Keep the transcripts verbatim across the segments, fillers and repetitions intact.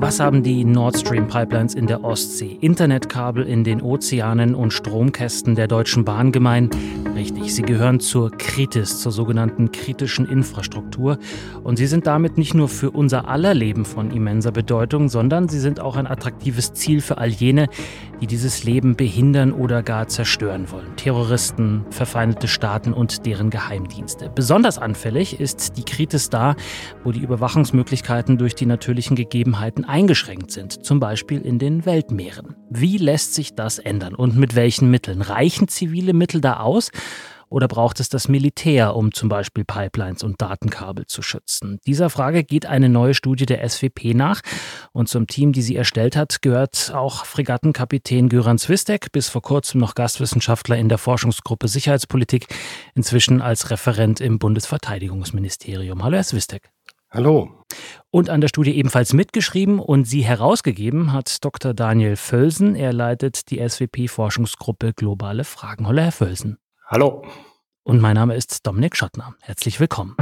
Was haben die Nord Stream Pipelines in der Ostsee, Internetkabel in den Ozeanen und Stromkästen der Deutschen Bahn gemein? Richtig, sie gehören zur Kritis, zur sogenannten kritischen Infrastruktur. Und sie sind damit nicht nur für unser aller Leben von immenser Bedeutung, sondern sie sind auch ein attraktives Ziel für all jene, die dieses Leben behindern oder gar zerstören wollen. Terroristen, verfeindete Staaten und deren Geheimdienste. Besonders anfällig ist die Kritis da, wo die Überwachungsmöglichkeiten durch die natürlichen Gegebenheiten eingeschränkt sind, zum Beispiel in den Weltmeeren. Wie lässt sich das ändern und mit welchen Mitteln? Reichen zivile Mittel da aus? Oder braucht es das Militär, um zum Beispiel Pipelines und Datenkabel zu schützen? Dieser Frage geht eine neue Studie der S W P nach. Und zum Team, die sie erstellt hat, gehört auch Fregattenkapitän Göran Swistek, bis vor kurzem noch Gastwissenschaftler in der Forschungsgruppe Sicherheitspolitik, inzwischen als Referent im Bundesverteidigungsministerium. Hallo, Herr Swistek. Hallo. Und an der Studie ebenfalls mitgeschrieben und sie herausgegeben hat Doktor Daniel Völsen. Er leitet die S W P-Forschungsgruppe Globale Fragen. Hallo, Herr Völsen. Hallo. Und mein Name ist Dominik Schottner. Herzlich willkommen.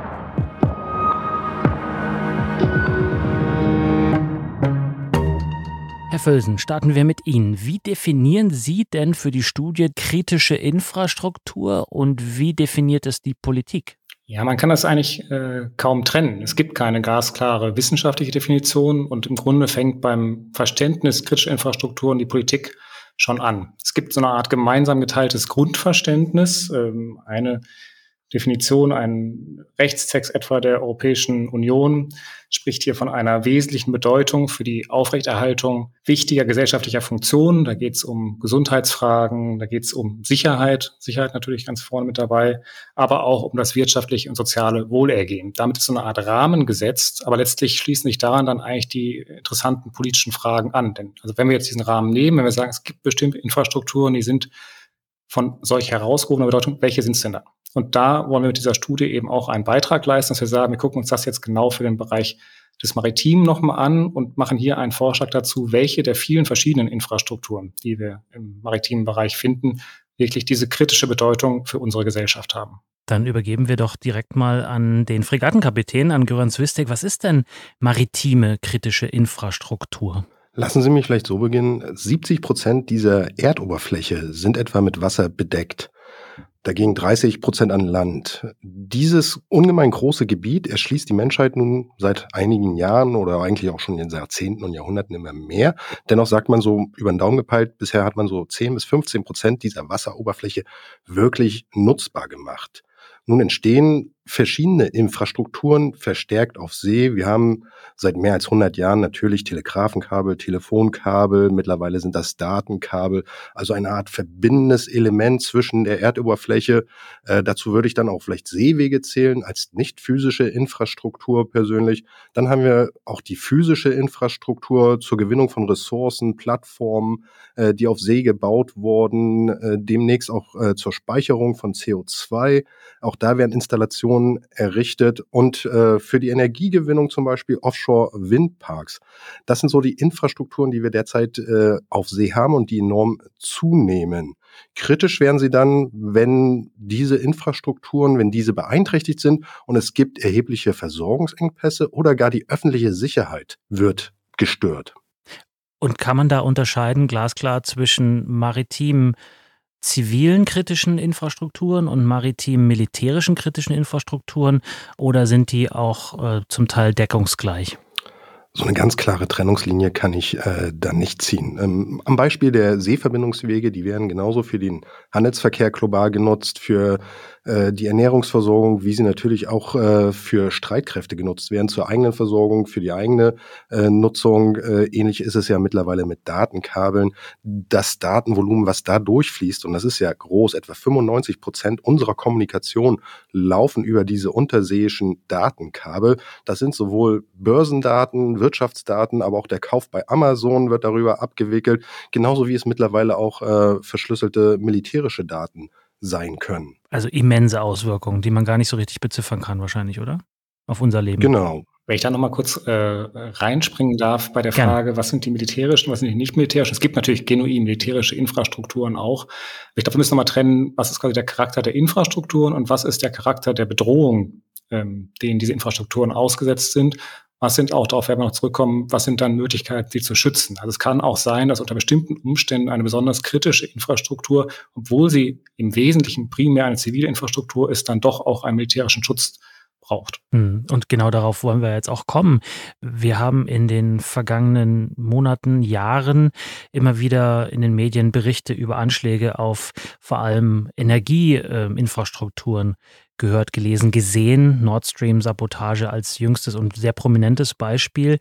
Herr Völsen, starten wir mit Ihnen. Wie definieren Sie denn für die Studie kritische Infrastruktur und wie definiert es die Politik? Ja, man kann das eigentlich äh, kaum trennen. Es gibt keine glasklare wissenschaftliche Definition und im Grunde fängt beim Verständnis kritischer Infrastrukturen die Politik schon an. Es gibt so eine Art gemeinsam geteiltes Grundverständnis, ähm, eine Definition, ein Rechtstext etwa der Europäischen Union spricht hier von einer wesentlichen Bedeutung für die Aufrechterhaltung wichtiger gesellschaftlicher Funktionen. Da geht es um Gesundheitsfragen, da geht es um Sicherheit, Sicherheit natürlich ganz vorne mit dabei, aber auch um das wirtschaftliche und soziale Wohlergehen. Damit ist so eine Art Rahmen gesetzt, aber letztlich schließen sich daran dann eigentlich die interessanten politischen Fragen an. Denn also wenn wir jetzt diesen Rahmen nehmen, wenn wir sagen, es gibt bestimmte Infrastrukturen, die sind von solch herausgehobener Bedeutung, welche sind es denn da? Und da wollen wir mit dieser Studie eben auch einen Beitrag leisten, dass wir sagen, wir gucken uns das jetzt genau für den Bereich des Maritimen nochmal an und machen hier einen Vorschlag dazu, welche der vielen verschiedenen Infrastrukturen, die wir im maritimen Bereich finden, wirklich diese kritische Bedeutung für unsere Gesellschaft haben. Dann übergeben wir doch direkt mal an den Fregattenkapitän, an Göran Swistek. Was ist denn maritime kritische Infrastruktur? Lassen Sie mich vielleicht so beginnen. siebzig Prozent dieser Erdoberfläche sind etwa mit Wasser bedeckt. Dagegen dreißig Prozent an Land. Dieses ungemein große Gebiet erschließt die Menschheit nun seit einigen Jahren oder eigentlich auch schon in Jahrzehnten und Jahrhunderten immer mehr. Dennoch sagt man so über den Daumen gepeilt, bisher hat man so zehn bis fünfzehn Prozent dieser Wasseroberfläche wirklich nutzbar gemacht. Nun entstehen verschiedene Infrastrukturen verstärkt auf See. Wir haben seit mehr als hundert Jahren natürlich Telegrafenkabel, Telefonkabel, mittlerweile sind das Datenkabel, also eine Art verbindendes Element zwischen der Erdoberfläche. Äh, dazu würde ich dann auch vielleicht Seewege zählen als nicht physische Infrastruktur persönlich. Dann haben wir auch die physische Infrastruktur zur Gewinnung von Ressourcen, Plattformen, äh, die auf See gebaut wurden, äh, demnächst auch äh, zur Speicherung von C O zwei. Auch da werden Installationen errichtet und äh, für die Energiegewinnung zum Beispiel Offshore-Windparks. Das sind so die Infrastrukturen, die wir derzeit äh, auf See haben und die enorm zunehmen. Kritisch werden sie dann, wenn diese Infrastrukturen, wenn diese beeinträchtigt sind und es gibt erhebliche Versorgungsengpässe oder gar die öffentliche Sicherheit wird gestört. Und kann man da unterscheiden, glasklar, zwischen maritimen zivilen kritischen Infrastrukturen und maritim-militärischen kritischen Infrastrukturen oder sind die auch äh, zum Teil deckungsgleich? So eine ganz klare Trennungslinie kann ich äh, da nicht ziehen. Ähm, am Beispiel der Seeverbindungswege, die werden genauso für den Handelsverkehr global genutzt, für äh, die Ernährungsversorgung, wie sie natürlich auch äh, für Streitkräfte genutzt werden, zur eigenen Versorgung, für die eigene äh, Nutzung. Äh, ähnlich ist es ja mittlerweile mit Datenkabeln. Das Datenvolumen, was da durchfließt, und das ist ja groß, etwa fünfundneunzig Prozent unserer Kommunikation laufen über diese unterseeischen Datenkabel. Das sind sowohl Börsendaten, Wirtschaftsdaten, aber auch der Kauf bei Amazon wird darüber abgewickelt, genauso wie es mittlerweile auch äh, verschlüsselte militärische Daten sein können. Also immense Auswirkungen, die man gar nicht so richtig beziffern kann wahrscheinlich, oder? Auf unser Leben. Genau. Wenn ich da nochmal kurz äh, reinspringen darf bei der Gerne. Frage, was sind die militärischen, was sind die nicht militärischen? Es gibt natürlich genuin militärische Infrastrukturen auch. Ich glaube, wir müssen nochmal trennen, was ist quasi der Charakter der Infrastrukturen und was ist der Charakter der Bedrohung, ähm, denen diese Infrastrukturen ausgesetzt sind. Was sind auch, darauf werden wir noch zurückkommen, was sind dann Möglichkeiten, sie zu schützen? Also es kann auch sein, dass unter bestimmten Umständen eine besonders kritische Infrastruktur, obwohl sie im Wesentlichen primär eine zivile Infrastruktur ist, dann doch auch einen militärischen Schutz braucht. Und genau darauf wollen wir jetzt auch kommen. Wir haben in den vergangenen Monaten, Jahren immer wieder in den Medien Berichte über Anschläge auf vor allem Energieinfrastrukturen gehört, gelesen, gesehen. Nord Stream-Sabotage als jüngstes und sehr prominentes Beispiel.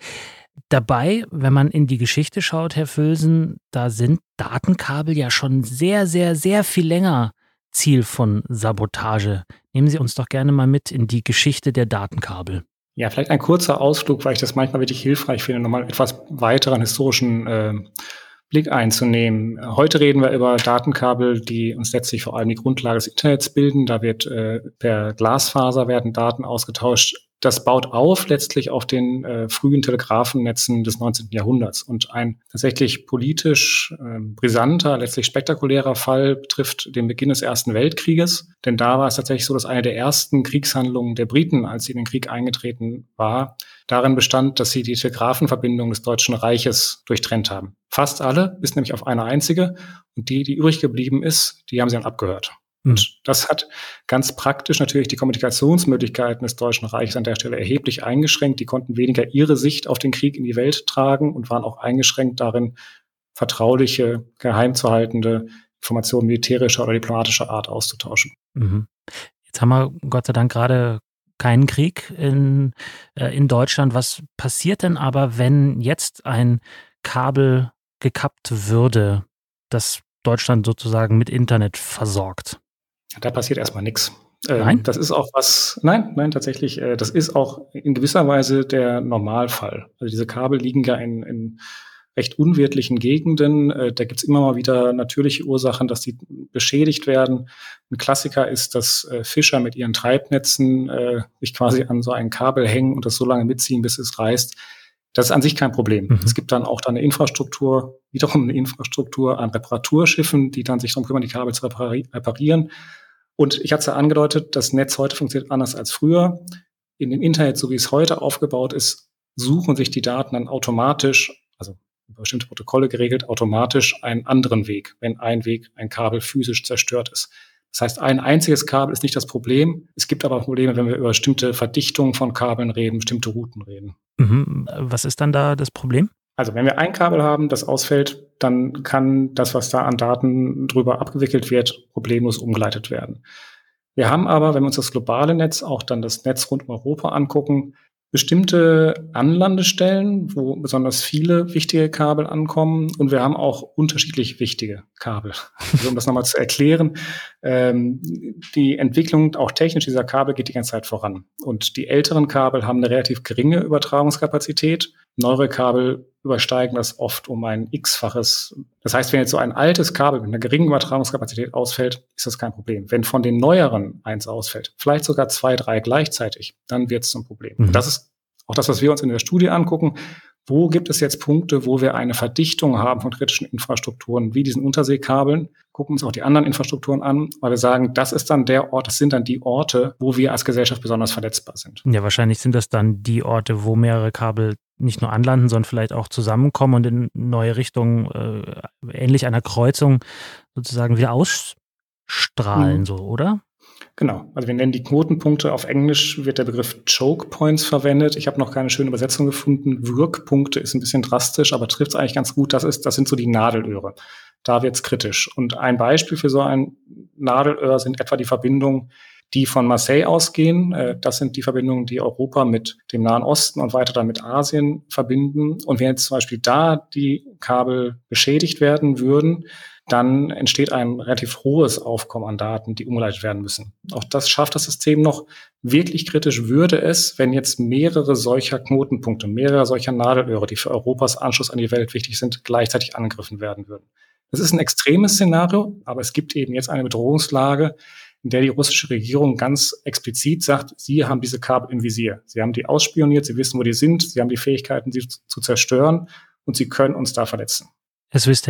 Dabei, wenn man in die Geschichte schaut, Herr Völsen, da sind Datenkabel ja schon sehr, sehr, sehr viel länger Ziel von Sabotage. Nehmen Sie uns doch gerne mal mit in die Geschichte der Datenkabel. Ja, vielleicht ein kurzer Ausflug, weil ich das manchmal wirklich hilfreich finde, nochmal etwas weiteren historischen äh, Blick einzunehmen. Heute reden wir über Datenkabel, die uns letztlich vor allem die Grundlage des Internets bilden. Da wird äh, per Glasfaser werden Daten ausgetauscht. Das baut auf letztlich auf den äh, frühen Telegrafennetzen des neunzehnten Jahrhunderts. Und ein tatsächlich politisch äh, brisanter, letztlich spektakulärer Fall betrifft den Beginn des Ersten Weltkrieges. Denn da war es tatsächlich so, dass eine der ersten Kriegshandlungen der Briten, als sie in den Krieg eingetreten war, darin bestand, dass sie die Telegrafenverbindung des Deutschen Reiches durchtrennt haben. Fast alle, bis nämlich auf eine einzige. Und die, die übrig geblieben ist, die haben sie dann abgehört. Und das hat ganz praktisch natürlich die Kommunikationsmöglichkeiten des Deutschen Reiches an der Stelle erheblich eingeschränkt. Die konnten weniger ihre Sicht auf den Krieg in die Welt tragen und waren auch eingeschränkt darin, vertrauliche, geheim zu haltende Informationen militärischer oder diplomatischer Art auszutauschen. Mhm. Jetzt haben wir Gott sei Dank gerade keinen Krieg in, äh, in Deutschland. Was passiert denn aber, wenn jetzt ein Kabel gekappt würde, das Deutschland sozusagen mit Internet versorgt? Da passiert erstmal nichts. Nein? Ähm, das ist auch was, nein, nein, tatsächlich, äh, das ist auch in gewisser Weise der Normalfall. Also diese Kabel liegen ja in, in recht unwirtlichen Gegenden. Äh, da gibt's immer mal wieder natürliche Ursachen, dass die beschädigt werden. Ein Klassiker ist, dass äh, Fischer mit ihren Treibnetzen äh, sich quasi an so ein Kabel hängen und das so lange mitziehen, bis es reißt. Das ist an sich kein Problem. Mhm. Es gibt dann auch dann eine Infrastruktur, wiederum eine Infrastruktur an Reparaturschiffen, die dann sich darum kümmern, die Kabel zu repari- reparieren. Und ich hatte es ja angedeutet, das Netz heute funktioniert anders als früher. In dem Internet, so wie es heute aufgebaut ist, suchen sich die Daten dann automatisch, also über bestimmte Protokolle geregelt, automatisch einen anderen Weg, wenn ein Weg, ein Kabel physisch zerstört ist. Das heißt, ein einziges Kabel ist nicht das Problem. Es gibt aber Probleme, wenn wir über bestimmte Verdichtungen von Kabeln reden, bestimmte Routen reden. Mhm. Was ist dann da das Problem? Also wenn wir ein Kabel haben, das ausfällt, dann kann das, was da an Daten drüber abgewickelt wird, problemlos umgeleitet werden. Wir haben aber, wenn wir uns das globale Netz, auch dann das Netz rund um Europa angucken, bestimmte Anlandestellen, wo besonders viele wichtige Kabel ankommen. Und wir haben auch unterschiedlich wichtige Kabel. Also um das nochmal zu erklären, ähm, die Entwicklung auch technisch dieser Kabel geht die ganze Zeit voran. Und die älteren Kabel haben eine relativ geringe Übertragungskapazität. Neuere Kabel übersteigen das oft um ein X-faches. Das heißt, wenn jetzt so ein altes Kabel mit einer geringen Übertragungskapazität ausfällt, ist das kein Problem. Wenn von den neueren eins ausfällt, vielleicht sogar zwei, drei gleichzeitig, dann wird es zum Problem. Mhm. Das ist auch das, was wir uns in der Studie angucken. Wo gibt es jetzt Punkte, wo wir eine Verdichtung haben von kritischen Infrastrukturen, wie diesen Unterseekabeln? Gucken uns auch die anderen Infrastrukturen an, weil wir sagen, das ist dann der Ort, das sind dann die Orte, wo wir als Gesellschaft besonders verletzbar sind. Ja, wahrscheinlich sind das dann die Orte, wo mehrere Kabel nicht nur anlanden, sondern vielleicht auch zusammenkommen und in neue Richtungen, äh, ähnlich einer Kreuzung, sozusagen wieder ausstrahlen, mhm. so, oder? Genau, also wir nennen die Knotenpunkte. Auf Englisch wird der Begriff Choke Points verwendet. Ich habe noch keine schöne Übersetzung gefunden. Wirkpunkte ist ein bisschen drastisch, aber trifft es eigentlich ganz gut. Das ist, das sind so die Nadelöhre. Da wird's kritisch. Und ein Beispiel für so ein Nadelöhr sind etwa die Verbindungen, die von Marseille ausgehen. Das sind die Verbindungen, die Europa mit dem Nahen Osten und weiter dann mit Asien verbinden. Und wenn jetzt zum Beispiel da die Kabel beschädigt werden würden, dann entsteht ein relativ hohes Aufkommen an Daten, die umgeleitet werden müssen. Auch das schafft das System noch. Wirklich kritisch würde es, wenn jetzt mehrere solcher Knotenpunkte, mehrere solcher Nadelöhre, die für Europas Anschluss an die Welt wichtig sind, gleichzeitig angegriffen werden würden. Das ist ein extremes Szenario, aber es gibt eben jetzt eine Bedrohungslage, in der die russische Regierung ganz explizit sagt, sie haben diese Kabel im Visier. Sie haben die ausspioniert, sie wissen, wo die sind, sie haben die Fähigkeiten, sie zu zerstören und sie können uns da verletzen. Herr Swistek,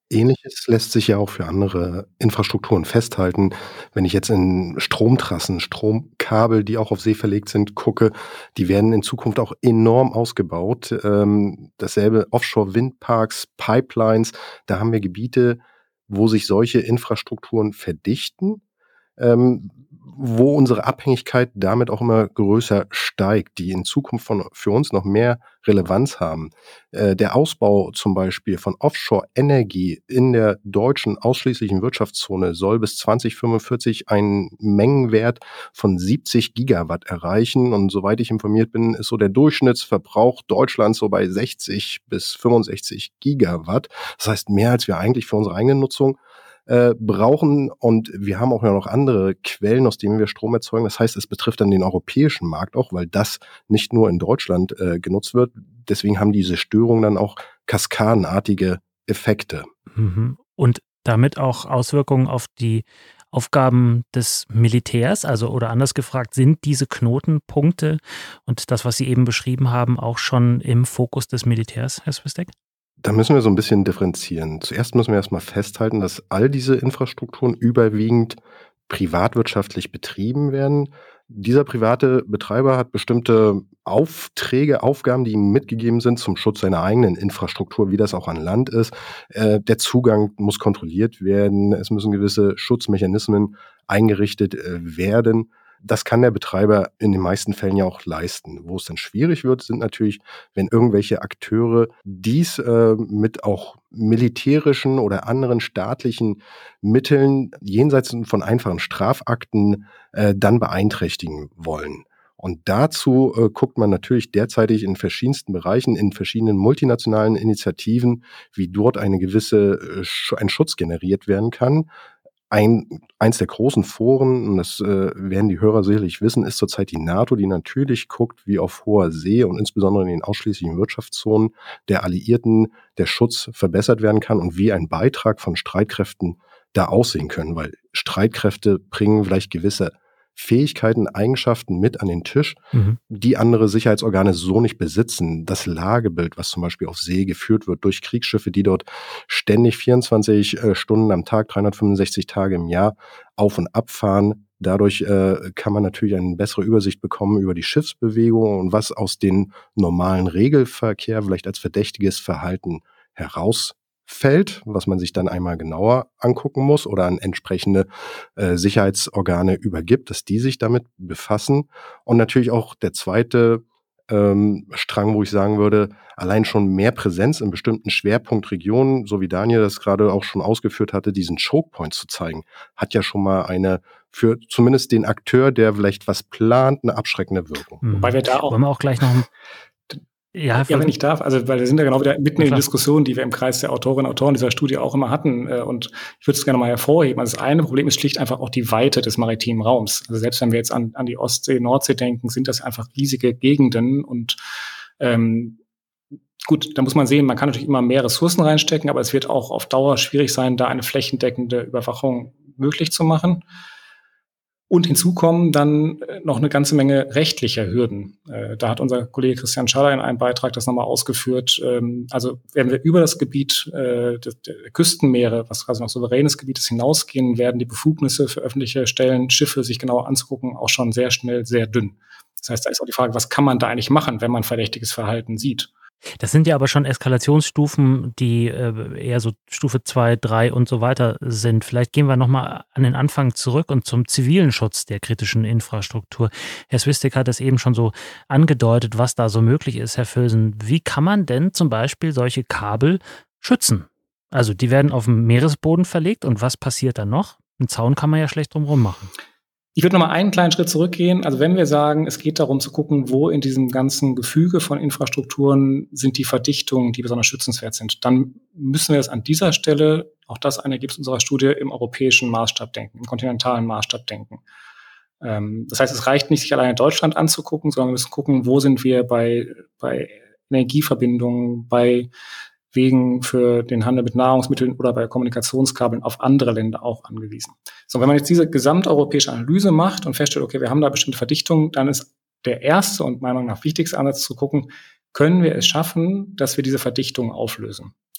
Ähnliches lässt sich ja auch für andere Infrastrukturen festhalten. Wenn ich jetzt in Stromtrassen, Stromkabel, die auch auf See verlegt sind, gucke, die werden in Zukunft auch enorm ausgebaut. Ähm, dasselbe Offshore-Windparks, Pipelines, da haben wir Gebiete, wo sich solche Infrastrukturen verdichten, ähm, wo unsere Abhängigkeit damit auch immer größer steigt, die in Zukunft von für uns noch mehr Relevanz haben. Äh, der Ausbau zum Beispiel von Offshore-Energie in der deutschen ausschließlichen Wirtschaftszone soll bis zwanzig fünfundvierzig einen Mengenwert von siebzig Gigawatt erreichen. Und soweit ich informiert bin, ist so der Durchschnittsverbrauch Deutschlands so bei sechzig bis fünfundsechzig Gigawatt. Das heißt, mehr als wir eigentlich für unsere eigene Nutzung äh, brauchen. Und wir haben auch noch andere Quellen, aus denen wir Strom erzeugen. Das heißt, es betrifft dann den europäischen Markt auch, weil das nicht nur in Deutschland äh, genutzt wird. Deswegen haben diese Störungen dann auch kaskadenartige Effekte. Mhm. Und damit auch Auswirkungen auf die Aufgaben des Militärs? Also, oder anders gefragt, sind diese Knotenpunkte und das, was Sie eben beschrieben haben, auch schon im Fokus des Militärs, Herr Swistek? Da müssen wir so ein bisschen differenzieren. Zuerst müssen wir erst mal festhalten, dass all diese Infrastrukturen überwiegend privatwirtschaftlich betrieben werden. Dieser private Betreiber hat bestimmte Aufträge, Aufgaben, die ihm mitgegeben sind zum Schutz seiner eigenen Infrastruktur, wie das auch an Land ist. Äh, der Zugang muss kontrolliert werden. Es müssen gewisse Schutzmechanismen eingerichtet äh, werden. Das kann der Betreiber in den meisten Fällen ja auch leisten. Wo es dann schwierig wird, sind natürlich, wenn irgendwelche Akteure dies äh, mit auch militärischen oder anderen staatlichen Mitteln jenseits von einfachen Strafakten äh, dann beeinträchtigen wollen. Und dazu äh, guckt man natürlich derzeitig in verschiedensten Bereichen, in verschiedenen multinationalen Initiativen, wie dort eine gewisse äh, Sch- ein Schutz generiert werden kann. Ein, eins der großen Foren, und das äh, werden die Hörer sicherlich wissen, ist zurzeit die NATO, die natürlich guckt, wie auf hoher See und insbesondere in den ausschließlichen Wirtschaftszonen der Alliierten der Schutz verbessert werden kann und wie ein Beitrag von Streitkräften da aussehen können, weil Streitkräfte bringen vielleicht gewisse Fähigkeiten, Eigenschaften mit an den Tisch, Mhm. die andere Sicherheitsorgane so nicht besitzen. Das Lagebild, was zum Beispiel auf See geführt wird durch Kriegsschiffe, die dort ständig vierundzwanzig äh, Stunden am Tag, dreihundertfünfundsechzig Tage im Jahr auf und ab fahren. Dadurch äh, kann man natürlich eine bessere Übersicht bekommen über die Schiffsbewegung und was aus dem normalen Regelverkehr vielleicht als verdächtiges Verhalten herausfällt, was man sich dann einmal genauer angucken muss oder an entsprechende äh, Sicherheitsorgane übergibt, dass die sich damit befassen. Und natürlich auch der zweite ähm, Strang, wo ich sagen würde, allein schon mehr Präsenz in bestimmten Schwerpunktregionen, so wie Daniel das gerade auch schon ausgeführt hatte, diesen Chokepoint zu zeigen, hat ja schon mal eine für zumindest den Akteur, der vielleicht was plant, eine abschreckende Wirkung. Mhm. Wobei wir da auch- Wollen wir auch gleich noch. Ja, Ja, wenn ich darf, also weil wir sind ja genau wieder mitten in klar. den Diskussionen, die wir im Kreis der Autorinnen und Autoren dieser Studie auch immer hatten. äh, Und ich würde es gerne mal hervorheben. Also das eine Problem ist schlicht einfach auch die Weite des maritimen Raums. Also selbst wenn wir jetzt an, an die Ostsee, Nordsee denken, sind das einfach riesige Gegenden. Und ähm, gut, da muss man sehen, man kann natürlich immer mehr Ressourcen reinstecken, aber es wird auch auf Dauer schwierig sein, da eine flächendeckende Überwachung möglich zu machen. Und hinzu kommen dann äh, noch eine ganze Menge rechtlicher Hürden. Äh, Da hat unser Kollege Christian Schaller in einem Beitrag das nochmal ausgeführt. Ähm, Also wenn wir über das Gebiet äh, der der Küstenmeere, was quasi noch souveränes Gebiet ist, hinausgehen, werden die Befugnisse für öffentliche Stellen, Schiffe sich genauer anzugucken, auch schon sehr schnell sehr dünn. Das heißt, da ist auch die Frage, was kann man da eigentlich machen, wenn man verdächtiges Verhalten sieht? Das sind ja aber schon Eskalationsstufen, die äh, eher so Stufe zwei, drei und so weiter sind. Vielleicht gehen wir nochmal an den Anfang zurück und zum zivilen Schutz der kritischen Infrastruktur. Herr Swistek hat es eben schon so angedeutet, was da so möglich ist, Herr Völsen. Wie kann man denn zum Beispiel solche Kabel schützen? Also die werden auf dem Meeresboden verlegt und was passiert dann noch? Einen Zaun kann man ja schlecht drumherum machen. Ich würde noch mal einen kleinen Schritt zurückgehen. Also wenn wir sagen, es geht darum zu gucken, wo in diesem ganzen Gefüge von Infrastrukturen sind die Verdichtungen, die besonders schützenswert sind, dann müssen wir es an dieser Stelle, auch das ein Ergebnis unserer Studie, im europäischen Maßstab denken, im kontinentalen Maßstab denken. Ähm, das heißt, es reicht nicht, sich alleine Deutschland anzugucken, sondern wir müssen gucken, wo sind wir bei, bei Energieverbindungen, bei Wegen für den Handel mit Nahrungsmitteln oder bei Kommunikationskabeln auf andere Länder auch angewiesen. So, wenn man jetzt diese gesamteuropäische Analyse macht und feststellt, okay, wir haben da bestimmte Verdichtungen, dann ist der erste und meiner Meinung nach wichtigste Ansatz zu gucken, können wir es schaffen, dass wir diese Verdichtungen auflösen?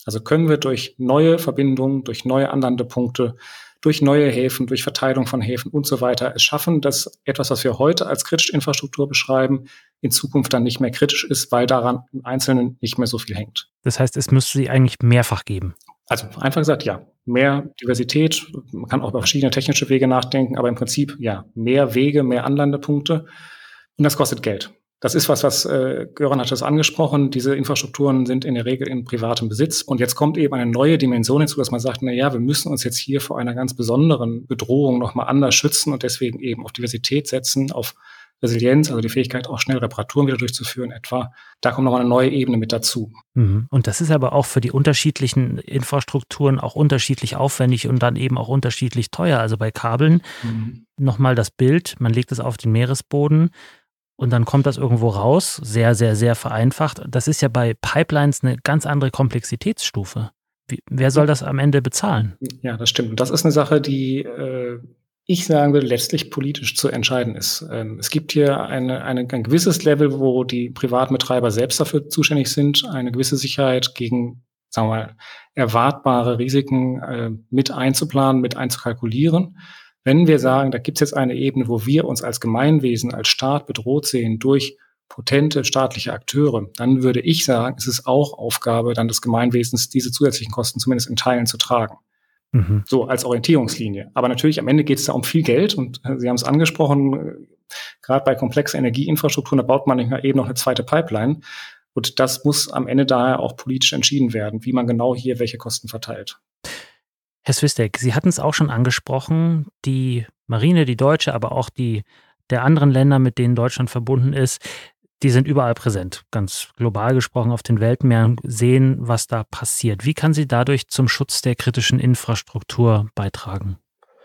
Also können wir durch neue Verbindungen, durch neue Anlandepunkte, durch neue Häfen, durch Verteilung von Häfen und so weiter es schaffen, dass etwas, was wir heute als kritische Infrastruktur beschreiben, in Zukunft dann nicht mehr kritisch ist, weil daran im Einzelnen nicht mehr so viel hängt. Das heißt, es müsste sie eigentlich mehrfach geben. Also einfach gesagt, ja, mehr Diversität. Man kann auch über verschiedene technische Wege nachdenken, aber im Prinzip, ja, mehr Wege, mehr Anlandepunkte. Und das kostet Geld. Das ist was, was äh, Göran hat das angesprochen. Diese Infrastrukturen sind in der Regel in privatem Besitz. Und jetzt kommt eben eine neue Dimension hinzu, dass man sagt, na ja, wir müssen uns jetzt hier vor einer ganz besonderen Bedrohung nochmal anders schützen und deswegen eben auf Diversität setzen, auf Resilienz, also die Fähigkeit, auch schnell Reparaturen wieder durchzuführen etwa. Da kommt nochmal eine neue Ebene mit dazu. Und das ist aber auch für die unterschiedlichen Infrastrukturen auch unterschiedlich aufwendig und dann eben auch unterschiedlich teuer. Also bei Kabeln mhm. nochmal das Bild, man legt es auf den Meeresboden und dann kommt das irgendwo raus, sehr, sehr, sehr vereinfacht. Das ist ja bei Pipelines eine ganz andere Komplexitätsstufe. Wie, wer soll das am Ende bezahlen? Ja, das stimmt. Und das ist eine Sache, die äh, ich sagen würde, letztlich politisch zu entscheiden ist. Ähm, es gibt hier eine, eine, ein gewisses Level, wo die Privatbetreiber selbst dafür zuständig sind, eine gewisse Sicherheit gegen, sagen wir mal, erwartbare Risiken äh, mit einzuplanen, mit einzukalkulieren. Wenn wir sagen, da gibt es jetzt eine Ebene, wo wir uns als Gemeinwesen, als Staat bedroht sehen durch potente staatliche Akteure, dann würde ich sagen, es ist auch Aufgabe dann des Gemeinwesens, diese zusätzlichen Kosten zumindest in Teilen zu tragen. Mhm. So als Orientierungslinie. Aber natürlich am Ende geht es da um viel Geld und äh, Sie haben es angesprochen, äh, gerade bei komplexer Energieinfrastrukturen, da baut man nicht mehr eben noch eine zweite Pipeline. Und das muss am Ende daher auch politisch entschieden werden, wie man genau hier welche Kosten verteilt. Herr Swistek, Sie hatten es auch schon angesprochen, die Marine, die deutsche, aber auch die der anderen Länder, mit denen Deutschland verbunden ist, die sind überall präsent, ganz global gesprochen auf den Weltmeeren, sehen, was da passiert. Wie kann sie dadurch zum Schutz der kritischen Infrastruktur beitragen?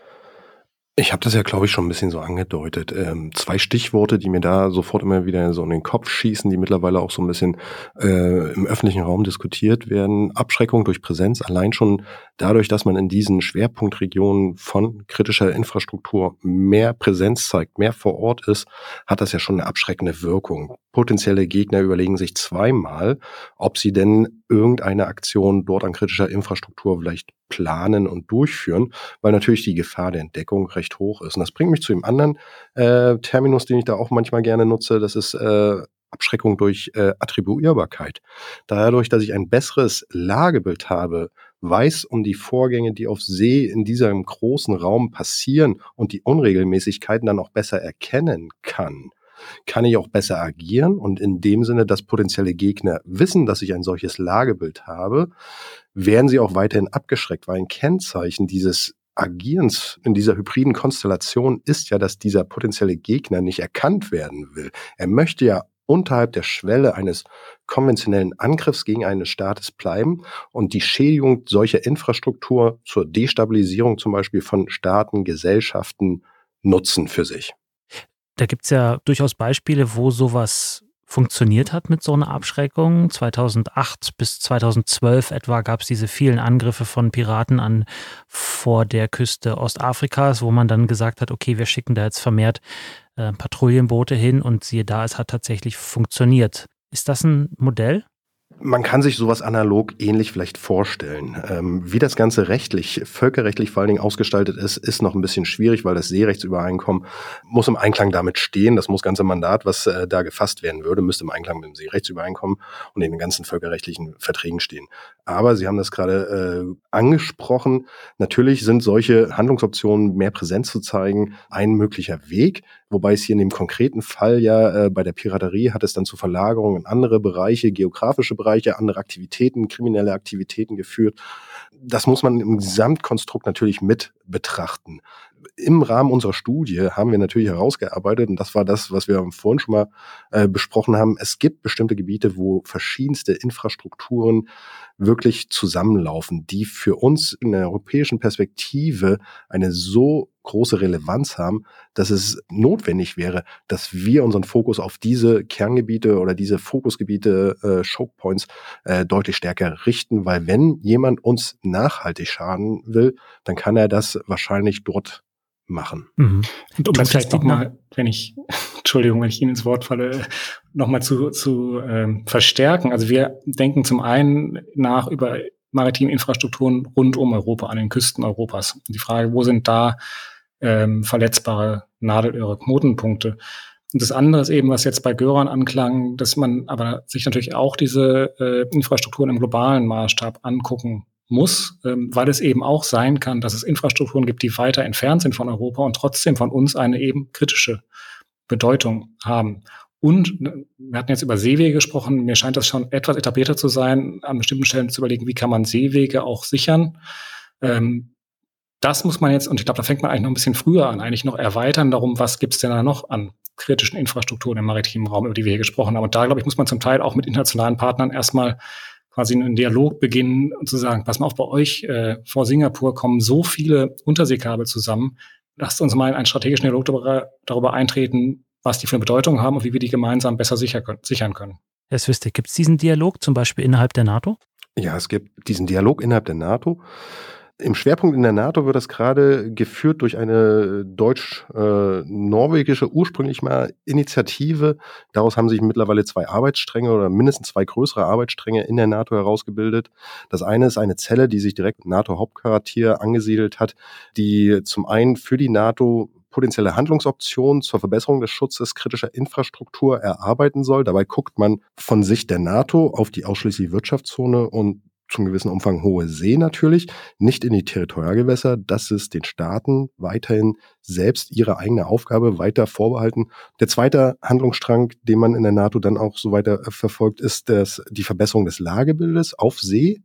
Ich habe das ja, glaube ich, schon ein bisschen so angedeutet. Ähm, zwei Stichworte, die mir da sofort immer wieder so in den Kopf schießen, die mittlerweile auch so ein bisschen äh, im öffentlichen Raum diskutiert werden. Abschreckung durch Präsenz, allein schon dadurch, dass man in diesen Schwerpunktregionen von kritischer Infrastruktur mehr Präsenz zeigt, mehr vor Ort ist, hat das ja schon eine abschreckende Wirkung. Potenzielle Gegner überlegen sich zweimal, ob sie denn irgendeine Aktion dort an kritischer Infrastruktur vielleicht planen und durchführen, weil natürlich die Gefahr der Entdeckung recht hoch ist. Und das bringt mich zu dem anderen äh, Terminus, den ich da auch manchmal gerne nutze, das ist äh, Abschreckung durch äh, Attribuierbarkeit. Dadurch, dass ich ein besseres Lagebild habe, weiß um die Vorgänge, die auf See in diesem großen Raum passieren und die Unregelmäßigkeiten dann auch besser erkennen kann, kann ich auch besser agieren und in dem Sinne, dass potenzielle Gegner wissen, dass ich ein solches Lagebild habe, werden sie auch weiterhin abgeschreckt, weil ein Kennzeichen dieses Agierens in dieser hybriden Konstellation ist ja, dass dieser potenzielle Gegner nicht erkannt werden will. Er möchte ja unterhalb der Schwelle eines konventionellen Angriffs gegen eines Staates bleiben und die Schädigung solcher Infrastruktur zur Destabilisierung zum Beispiel von Staaten, Gesellschaften nutzen für sich. Da gibt es ja durchaus Beispiele, wo sowas funktioniert hat mit so einer Abschreckung. zweitausendacht bis zweitausendzwölf etwa gab es diese vielen Angriffe von Piraten an vor der Küste Ostafrikas, wo man dann gesagt hat, okay, wir schicken da jetzt vermehrt äh, Patrouillenboote hin und siehe da, es hat tatsächlich funktioniert. Ist das ein Modell? Man kann sich sowas analog ähnlich vielleicht vorstellen. Ähm, wie das Ganze rechtlich, völkerrechtlich vor allen Dingen ausgestaltet ist, ist noch ein bisschen schwierig, weil das Seerechtsübereinkommen muss im Einklang damit stehen. Das muss ganze Mandat, was äh, da gefasst werden würde, müsste im Einklang mit dem Seerechtsübereinkommen und in den ganzen völkerrechtlichen Verträgen stehen. Aber Sie haben das gerade äh, angesprochen. Natürlich sind solche Handlungsoptionen, mehr Präsenz zu zeigen, ein möglicher Weg. Wobei es hier in dem konkreten Fall ja äh, bei der Piraterie hat es dann zu Verlagerungen in andere Bereiche, geografische Bereiche, andere Aktivitäten, kriminelle Aktivitäten geführt. Das muss man im Gesamtkonstrukt natürlich mit betrachten. Im Rahmen unserer Studie haben wir natürlich herausgearbeitet, und das war das, was wir vorhin schon mal äh, besprochen haben, es gibt bestimmte Gebiete, wo verschiedenste Infrastrukturen wirklich zusammenlaufen, die für uns in der europäischen Perspektive eine so große Relevanz haben, dass es notwendig wäre, dass wir unseren Fokus auf diese Kerngebiete oder diese Fokusgebiete, äh, Choke Points, äh, deutlich stärker richten, weil wenn jemand uns nachhaltig schaden will, dann kann er das wahrscheinlich dort machen. Mhm. Und um das vielleicht nochmal, wenn ich, Entschuldigung, wenn ich Ihnen ins Wort falle, nochmal zu, zu ähm, verstärken. Also wir denken zum einen nach über maritimen Infrastrukturen rund um Europa, an den Küsten Europas. Und die Frage, wo sind da ähm, verletzbare Nadelöhre, Knotenpunkte? Und das andere ist eben, was jetzt bei Göran anklang, dass man aber sich natürlich auch diese äh, Infrastrukturen im globalen Maßstab angucken muss, ähm, weil es eben auch sein kann, dass es Infrastrukturen gibt, die weiter entfernt sind von Europa und trotzdem von uns eine eben kritische Bedeutung haben. Und wir hatten jetzt über Seewege gesprochen. Mir scheint das schon etwas etablierter zu sein, an bestimmten Stellen zu überlegen, wie kann man Seewege auch sichern. Ähm, das muss man jetzt, und ich glaube, da fängt man eigentlich noch ein bisschen früher an, eigentlich noch erweitern darum, was gibt es denn da noch an kritischen Infrastrukturen im maritimen Raum, über die wir hier gesprochen haben. Und da, glaube ich, muss man zum Teil auch mit internationalen Partnern erstmal quasi einen Dialog beginnen und zu sagen, pass mal auf, bei euch äh, vor Singapur kommen so viele Unterseekabel zusammen. Lasst uns mal in einen strategischen Dialog darüber, darüber eintreten, was die für eine Bedeutung haben und wie wir die gemeinsam besser sicher können, sichern können. Herr Swiste, gibt es diesen Dialog zum Beispiel innerhalb der NATO? Ja, es gibt diesen Dialog innerhalb der NATO. Im Schwerpunkt in der NATO wird das gerade geführt durch eine deutsch-norwegische ursprünglich mal Initiative. Daraus haben sich mittlerweile zwei Arbeitsstränge oder mindestens zwei größere Arbeitsstränge in der NATO herausgebildet. Das eine ist eine Zelle, die sich direkt im NATO-Hauptquartier angesiedelt hat, die zum einen für die NATO potenzielle Handlungsoptionen zur Verbesserung des Schutzes kritischer Infrastruktur erarbeiten soll. Dabei guckt man von Sicht der NATO auf die ausschließliche Wirtschaftszone und zum gewissen Umfang hohe See natürlich, nicht in die Territorialgewässer. Das ist den Staaten weiterhin selbst ihre eigene Aufgabe weiter vorbehalten. Der zweite Handlungsstrang, den man in der NATO dann auch so weiter verfolgt, ist das, die Verbesserung des Lagebildes auf See.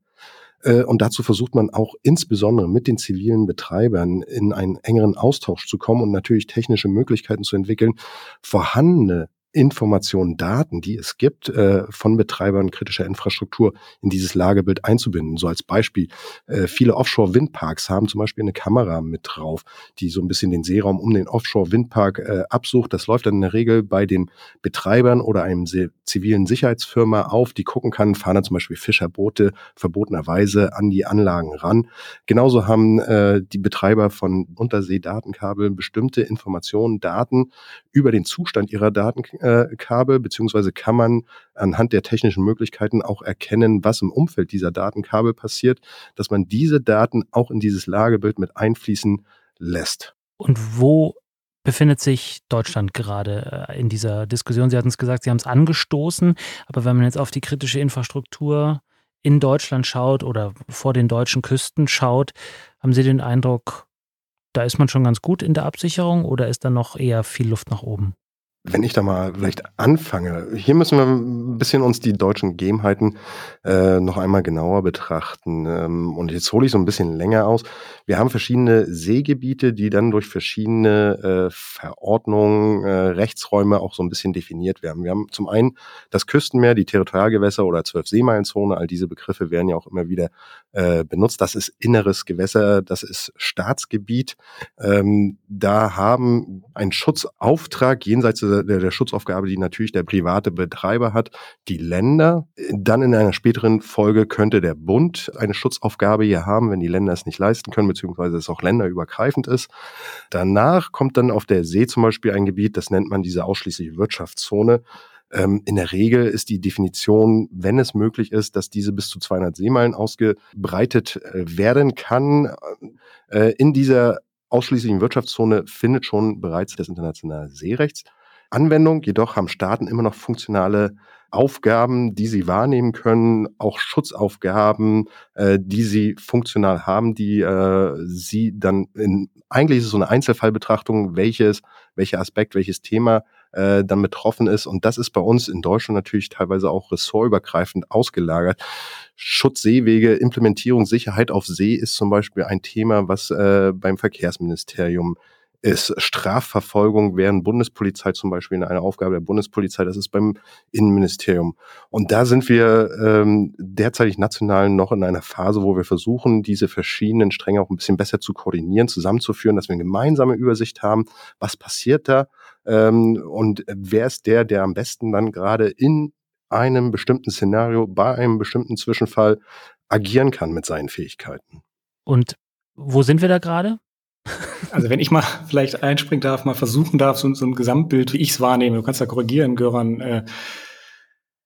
Und dazu versucht man auch insbesondere mit den zivilen Betreibern in einen engeren Austausch zu kommen und natürlich technische Möglichkeiten zu entwickeln, vorhandene Informationen, Daten, die es gibt, äh, von Betreibern kritischer Infrastruktur in dieses Lagebild einzubinden. So als Beispiel, äh, viele Offshore-Windparks haben zum Beispiel eine Kamera mit drauf, die so ein bisschen den Seeraum um den Offshore-Windpark äh, absucht. Das läuft dann in der Regel bei den Betreibern oder einem se- zivilen Sicherheitsfirma auf, die gucken kann, fahren dann zum Beispiel Fischerboote verbotenerweise an die Anlagen ran. Genauso haben äh, die Betreiber von Unterseedatenkabeln bestimmte Informationen, Daten über den Zustand ihrer Datenkabel, beziehungsweise kann man anhand der technischen Möglichkeiten auch erkennen, was im Umfeld dieser Datenkabel passiert, dass man diese Daten auch in dieses Lagebild mit einfließen lässt. Und wo befindet sich Deutschland gerade in dieser Diskussion? Sie hatten es gesagt, Sie haben es angestoßen, aber wenn man jetzt auf die kritische Infrastruktur in Deutschland schaut oder vor den deutschen Küsten schaut, haben Sie den Eindruck, da ist man schon ganz gut in der Absicherung oder ist da noch eher viel Luft nach oben? Wenn ich da mal vielleicht anfange, hier müssen wir ein bisschen uns die deutschen Gegebenheiten äh, noch einmal genauer betrachten. Ähm, und jetzt hole ich so ein bisschen länger aus. Wir haben verschiedene Seegebiete, die dann durch verschiedene äh, Verordnungen, äh, Rechtsräume auch so ein bisschen definiert werden. Wir haben zum einen das Küstenmeer, die Territorialgewässer oder Zwölf-Seemeilenzone. All diese Begriffe werden ja auch immer wieder äh, benutzt. Das ist inneres Gewässer, das ist Staatsgebiet. Ähm, da haben einen Schutzauftrag jenseits der, der Schutzaufgabe, die natürlich der private Betreiber hat, die Länder. Dann in einer späteren Folge könnte der Bund eine Schutzaufgabe hier haben, wenn die Länder es nicht leisten können, beziehungsweise es auch länderübergreifend ist. Danach kommt dann auf der See zum Beispiel ein Gebiet, das nennt man diese ausschließliche Wirtschaftszone. Ähm, in der Regel ist die Definition, wenn es möglich ist, dass diese bis zu zweihundert Seemeilen ausgebreitet äh, werden kann. Äh, in dieser ausschließlichen Wirtschaftszone findet schon bereits das internationale Seerechts Anwendung. Jedoch haben Staaten immer noch funktionale Aufgaben, die sie wahrnehmen können, auch Schutzaufgaben, äh, die sie funktional haben, die äh, sie dann in, eigentlich ist es so eine Einzelfallbetrachtung, welches, welcher Aspekt, welches Thema äh, dann betroffen ist. Und das ist bei uns in Deutschland natürlich teilweise auch ressortübergreifend ausgelagert. Schutzseewege, Implementierung, Sicherheit auf See ist zum Beispiel ein Thema, was äh, beim Verkehrsministerium ist. Strafverfolgung während Bundespolizei zum Beispiel eine Aufgabe der Bundespolizei, das ist beim Innenministerium. Und da sind wir ähm, derzeitig national noch in einer Phase, wo wir versuchen, diese verschiedenen Stränge auch ein bisschen besser zu koordinieren, zusammenzuführen, dass wir eine gemeinsame Übersicht haben, was passiert da ähm, und wer ist der, der am besten dann gerade in einem bestimmten Szenario, bei einem bestimmten Zwischenfall agieren kann mit seinen Fähigkeiten. Und wo sind wir da gerade? Also wenn ich mal vielleicht einspringen darf, mal versuchen darf, so, so ein Gesamtbild, wie ich es wahrnehme, du kannst ja korrigieren, Göran. Äh,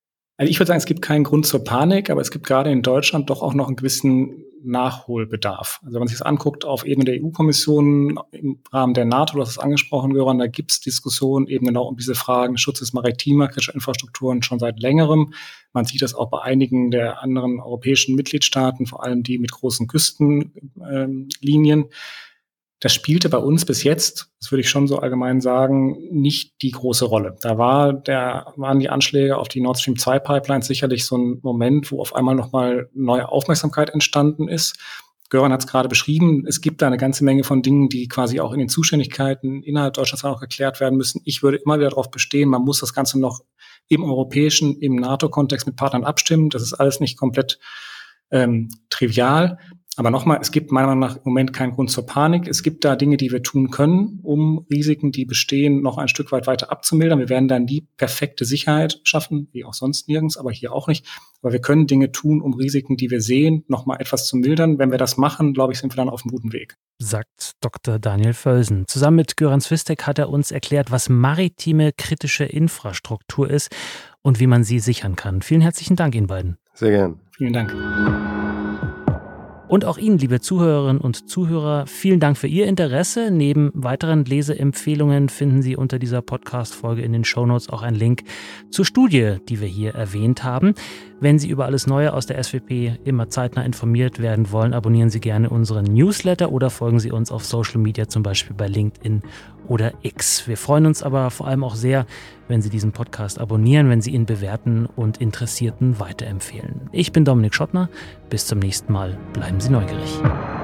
Also ich würde sagen, es gibt keinen Grund zur Panik, aber es gibt gerade in Deutschland doch auch noch einen gewissen Nachholbedarf. Also wenn man sich das anguckt auf Ebene der E U-Kommission, im Rahmen der NATO, du hast es angesprochen, Göran, da gibt es Diskussionen eben genau um diese Fragen Schutz des maritimer, kritischer Infrastrukturen schon seit längerem. Man sieht das auch bei einigen der anderen europäischen Mitgliedstaaten, vor allem die mit großen Küstenlinien. Das spielte bei uns bis jetzt, das würde ich schon so allgemein sagen, nicht die große Rolle. Da war der, waren die Anschläge auf die Nord Stream zwei Pipelines sicherlich so ein Moment, wo auf einmal nochmal neue Aufmerksamkeit entstanden ist. Göran hat es gerade beschrieben, es gibt da eine ganze Menge von Dingen, die quasi auch in den Zuständigkeiten innerhalb Deutschlands auch geklärt werden müssen. Ich würde immer wieder darauf bestehen, man muss das Ganze noch im europäischen, im NATO-Kontext mit Partnern abstimmen. Das ist alles nicht komplett ähm, trivial. Aber nochmal, es gibt meiner Meinung nach im Moment keinen Grund zur Panik. Es gibt da Dinge, die wir tun können, um Risiken, die bestehen, noch ein Stück weit weiter abzumildern. Wir werden dann die perfekte Sicherheit schaffen, wie auch sonst nirgends, aber hier auch nicht. Aber wir können Dinge tun, um Risiken, die wir sehen, nochmal etwas zu mildern. Wenn wir das machen, glaube ich, sind wir dann auf einem guten Weg. Sagt Doktor Daniel Völsen. Zusammen mit Göran Swistek hat er uns erklärt, was maritime kritische Infrastruktur ist und wie man sie sichern kann. Vielen herzlichen Dank Ihnen beiden. Sehr gern. Vielen Dank. Und auch Ihnen, liebe Zuhörerinnen und Zuhörer, vielen Dank für Ihr Interesse. Neben weiteren Leseempfehlungen finden Sie unter dieser Podcast-Folge in den Shownotes auch einen Link zur Studie, die wir hier erwähnt haben. Wenn Sie über alles Neue aus der S W P immer zeitnah informiert werden wollen, abonnieren Sie gerne unseren Newsletter oder folgen Sie uns auf Social Media, zum Beispiel bei LinkedIn oder X. Wir freuen uns aber vor allem auch sehr, wenn Sie diesen Podcast abonnieren, wenn Sie ihn bewerten und Interessierten weiterempfehlen. Ich bin Dominik Schottner. Bis zum nächsten Mal. Bleiben Sie neugierig.